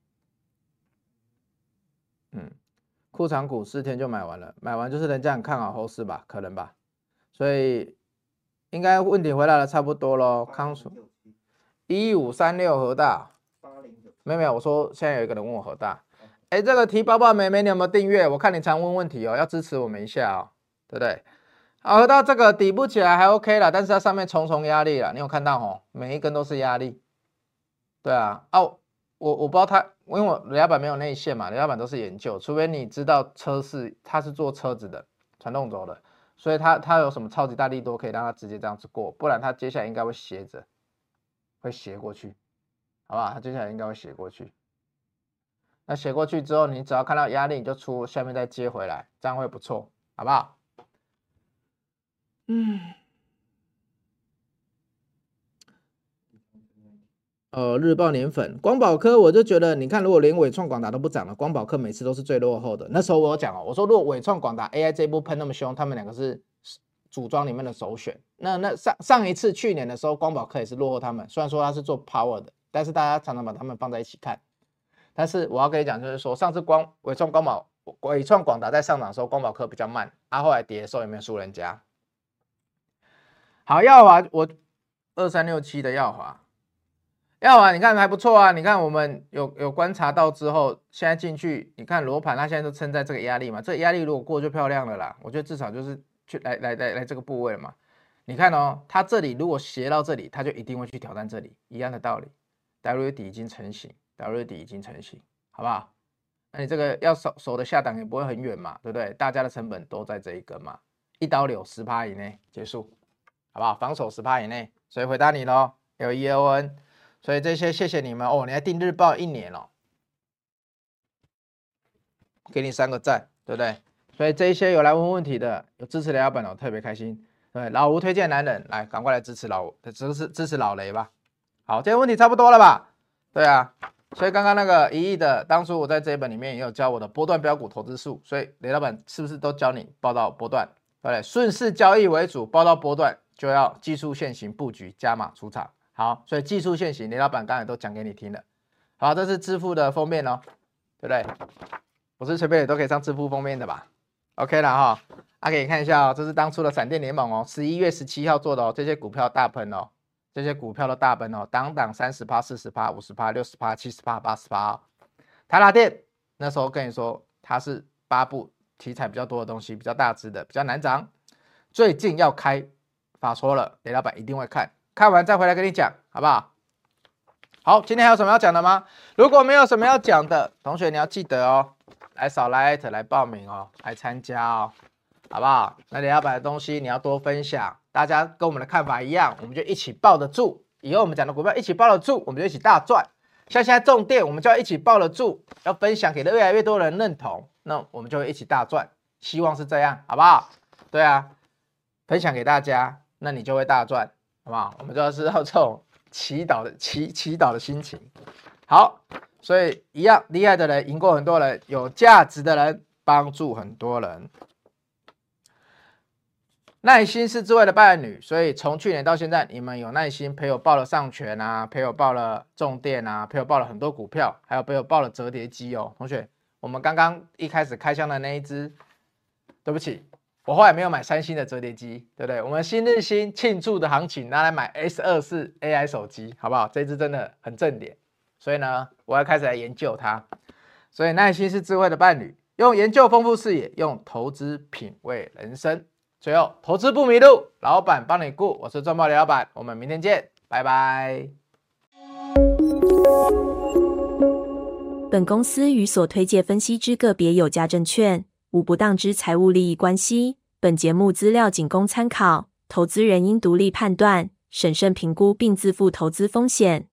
嗯，库藏股四天就买完了，买完就是人家很看好后市吧，可能吧。所以应该问题回来了，差不多咯。康叔一五三六和大，没有没有，我说现在有一个人问我和大，哎，这个提包包妹妹你有没有订阅？我看你常问问题哦，要支持我们一下哦，对不对？好，到这个底部起来还 OK 了，但是它上面重重压力了，你有看到哦？每一根都是压力。对啊，哦，我我不知道它，因为我雷老板没有内线嘛，雷老板都是研究，除非你知道车是它是做车子的传动轴的，所以它它有什么超级大力多可以让它直接这样子过，不然它接下来应该会斜着，会斜过去，好不好？它接下来应该会斜过去。那斜过去之后，你只要看到压力，你就出下面再接回来，这样会不错，好不好？嗯，呃，日报年粉，光宝科，我就觉得，你看，如果连伟创、广达都不涨了，光宝科每次都是最落后的。那时候我有讲哦，我说如果伟创、广达 A I 这一波喷那么凶，他们两个是组装里面的首选。那那上上一次去年的时候，光宝科也是落后他们，虽然说它是做 power 的，但是大家常常把他们放在一起看。但是我要跟你讲，就是说上次光伟创、光宝、伟创、广达在上涨的时候，光宝科比较慢，啊，后来跌的时候有没有输人家？好，耀华，我二三六七的耀华。耀华，你看还不错啊！你看我们有有观察到之后，现在进去，你看罗盘，它现在都撑在这个压力嘛，这个压力如果过就漂亮了啦。我觉得至少就是去来来来来这个部位了嘛。你看哦，它这里如果斜到这里，它就一定会去挑战这里，一样的道理。W 底已经成型 ，W 底已经成型，好不好？那你这个要守守的下档也不会很远嘛，对不对？大家的成本都在这一根嘛，一刀流十趴以内结束，好不好？防守十趴以内，所以回答你咯，有 E O N。所以这些谢谢你们哦，你还订日报一年哦，给你三个赞，对不对？所以这一些有来问问题的，有支持雷老板的，我特别开心。对，老吴推荐男人来，赶快来支持老吴，支持支持老雷吧。好，这些问题差不多了吧？对啊，所以刚刚那个一亿的，当初我在这一本里面也有教我的波段标股投资术，所以雷老板是不是都教你报到波段？对不对？顺势交易为主，报到波段就要技术线型布局，加码出场。好，所以技术线型，雷老板刚才都讲给你听了。好，这是支付的封面哦，对不对？我是随便也都可以上支付封面的吧 ？OK 了哈，啊，给你看一下哦，这是当初的闪电联盟哦，十一月十七号做的哦，这些股票大喷哦，这些股票都大喷哦，档档三十趴、四十趴、五十趴、六十趴、七十趴、八十趴。台达电那时候跟你说，它是八部题材比较多的东西，比较大只的，比较难涨。最近要开法说了，雷老板一定会看。看完再回来跟你讲，好不好？好，今天还有什么要讲的吗？如果没有什么要讲的，同学你要记得哦，来扫 Lite 来报名哦，来参加哦，好不好？那雷老板的东西你要多分享，大家跟我们的看法一样，我们就一起抱得住。以后我们讲的股票一起抱得住，我们就一起大赚。像现在重电，我们就要一起抱得住，要分享给越来越多人认同，那我们就会一起大赚。希望是这样，好不好？对啊，分享给大家，那你就会大赚。好不好？我们就要知道这种祈祷的祈祈祷的心情。好，所以一样厉害的人赢过很多人，有价值的人帮助很多人。耐心是智慧的伴侣，所以从去年到现在，你们有耐心陪我报了上权啊，陪我报了重电啊，陪我报了很多股票，还有陪我报了折叠机哦。同学，我们刚刚一开始开箱的那一只，对不起。我后来没有买三星的折叠机，对不对？我们新日新庆祝的行情拿来买 S 二十四 A I 手机，好不好？这支真的很正点，所以呢，我要开始来研究它。所以耐心是智慧的伴侣，用研究丰富视野，用投资品味人生。 最后投资不迷路，老板帮你顾，我是赚爆李老板，我们明天见，拜拜。 本公司与所推介分析之个别有价证券无不当之财务利益关系。本节目资料仅供参考，投资人应独立判断、审慎评估并自负投资风险。